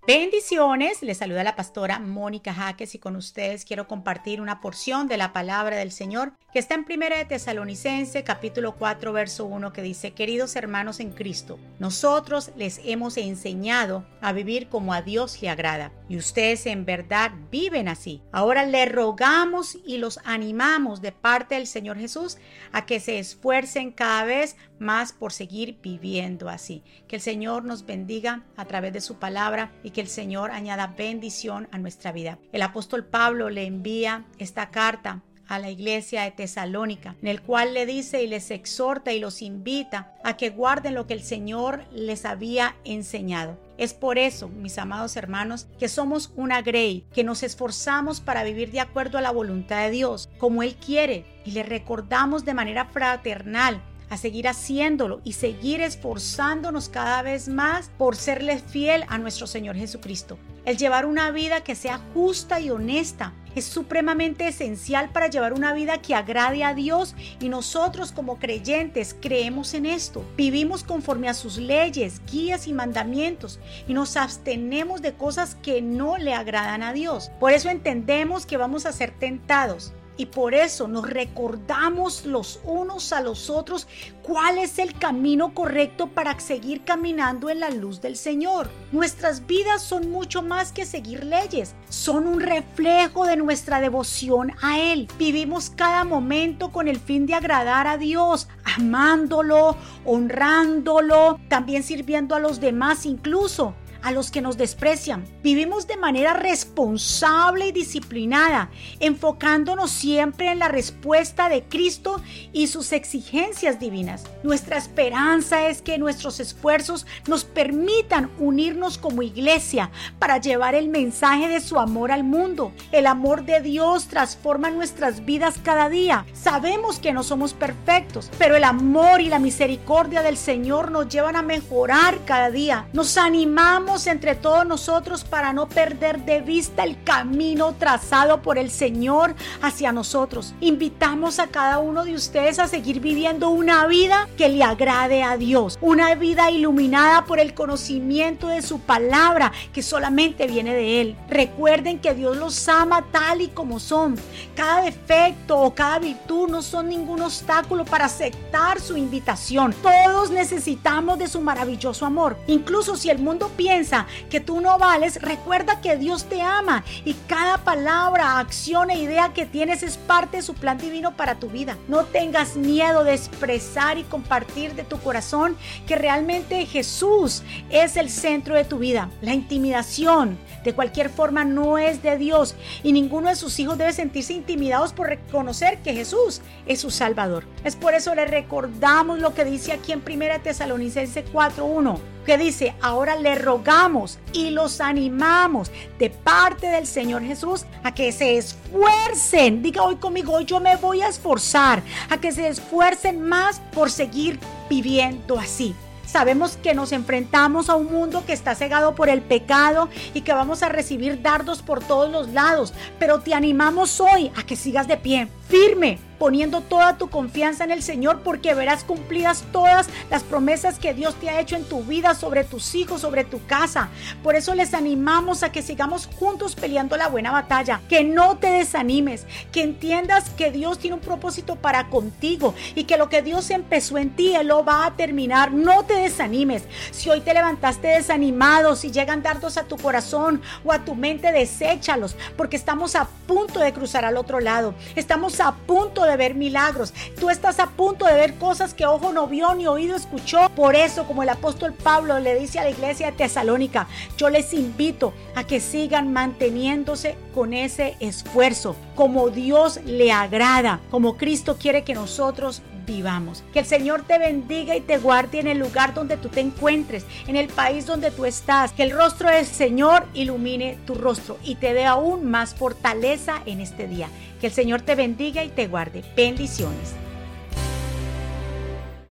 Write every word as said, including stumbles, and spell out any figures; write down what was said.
Bendiciones, les saluda la pastora Mónica Jaques y con ustedes quiero compartir una porción de la palabra del Señor que está en Primera de Tesalonicenses capítulo cuatro verso uno que dice: queridos hermanos en Cristo, nosotros les hemos enseñado a vivir como a Dios le agrada y ustedes en verdad viven así. Ahora les rogamos y los animamos de parte del Señor Jesús a que se esfuercen cada vez más por seguir viviendo así. Que el Señor nos bendiga a través de su palabra y que el Señor añada bendición a nuestra vida. El apóstol Pablo le envía esta carta a la iglesia de Tesalónica, en el cual le dice y les exhorta y los invita a que guarden lo que el Señor les había enseñado. Es por eso, mis amados hermanos, que somos una Grey, que nos esforzamos para vivir de acuerdo a la voluntad de Dios, como Él quiere, y le recordamos de manera fraternal a seguir haciéndolo y seguir esforzándonos cada vez más por serle fiel a nuestro Señor Jesucristo. El llevar una vida que sea justa y honesta es supremamente esencial para llevar una vida que agrade a Dios, y nosotros como creyentes creemos en esto. Vivimos conforme a sus leyes, guías y mandamientos y nos abstenemos de cosas que no le agradan a Dios. Por eso entendemos que vamos a ser tentados. Y por eso nos recordamos los unos a los otros cuál es el camino correcto para seguir caminando en la luz del Señor. Nuestras vidas son mucho más que seguir leyes, son un reflejo de nuestra devoción a Él. Vivimos cada momento con el fin de agradar a Dios, amándolo, honrándolo, también sirviendo a los demás, incluso a los que nos desprecian. Vivimos de manera responsable y disciplinada, enfocándonos siempre en la respuesta de Cristo y sus exigencias divinas. Nuestra esperanza es que nuestros esfuerzos nos permitan unirnos como iglesia para llevar el mensaje de su amor al mundo. El amor de Dios transforma nuestras vidas cada día. Sabemos que no somos perfectos, pero el amor y la misericordia del Señor nos llevan a mejorar cada día. Nos animamos entre todos nosotros para no perder de vista el camino trazado por el Señor hacia nosotros. Invitamos a cada uno de ustedes a seguir viviendo una vida que le agrade a Dios, una vida iluminada por el conocimiento de su palabra que solamente viene de Él. Recuerden que Dios los ama tal y como son. Cada defecto o cada virtud no son ningún obstáculo para aceptar su invitación. Todos necesitamos de su maravilloso amor. Incluso si el mundo piensa que tú no vales, recuerda que Dios te ama y cada palabra, acción e idea que tienes es parte de su plan divino para tu vida. No tengas miedo de expresar y compartir de tu corazón que realmente Jesús es el centro de tu vida. La intimidación de cualquier forma no es de Dios y ninguno de sus hijos debe sentirse intimidados por reconocer que Jesús es su Salvador. Es por eso le recordamos lo que dice aquí en Primera Tesalonicenses cuatro uno, que dice: ahora le rogamos y los animamos de parte del Señor Jesús a que se esfuercen. Diga hoy conmigo: yo me voy a esforzar, a que se esfuercen más por seguir viviendo así. Sabemos que nos enfrentamos a un mundo que está cegado por el pecado y que vamos a recibir dardos por todos los lados, pero te animamos hoy a que sigas de pie, firme, poniendo toda tu confianza en el Señor, porque verás cumplidas todas las promesas que Dios te ha hecho en tu vida, sobre tus hijos, sobre tu casa. Por eso les animamos a que sigamos juntos peleando la buena batalla, que no te desanimes, que entiendas que Dios tiene un propósito para contigo y que lo que Dios empezó en ti, Él lo va a terminar. No te desanimes. Si hoy te levantaste desanimado, si llegan dardos a tu corazón o a tu mente, deséchalos, porque estamos a punto de cruzar al otro lado. Estamos a punto de ver milagros. Tú estás a punto de ver cosas que ojo no vio ni oído escuchó. Por eso, como el apóstol Pablo le dice a la iglesia de Tesalónica, yo les invito a que sigan manteniéndose con ese esfuerzo, como Dios le agrada, como Cristo quiere que nosotros vivamos. Que el Señor te bendiga y te guarde en el lugar donde tú te encuentres, en el país donde tú estás. Que el rostro del Señor ilumine tu rostro y te dé aún más fortaleza en este día. Que el Señor te bendiga y te guarde. Bendiciones.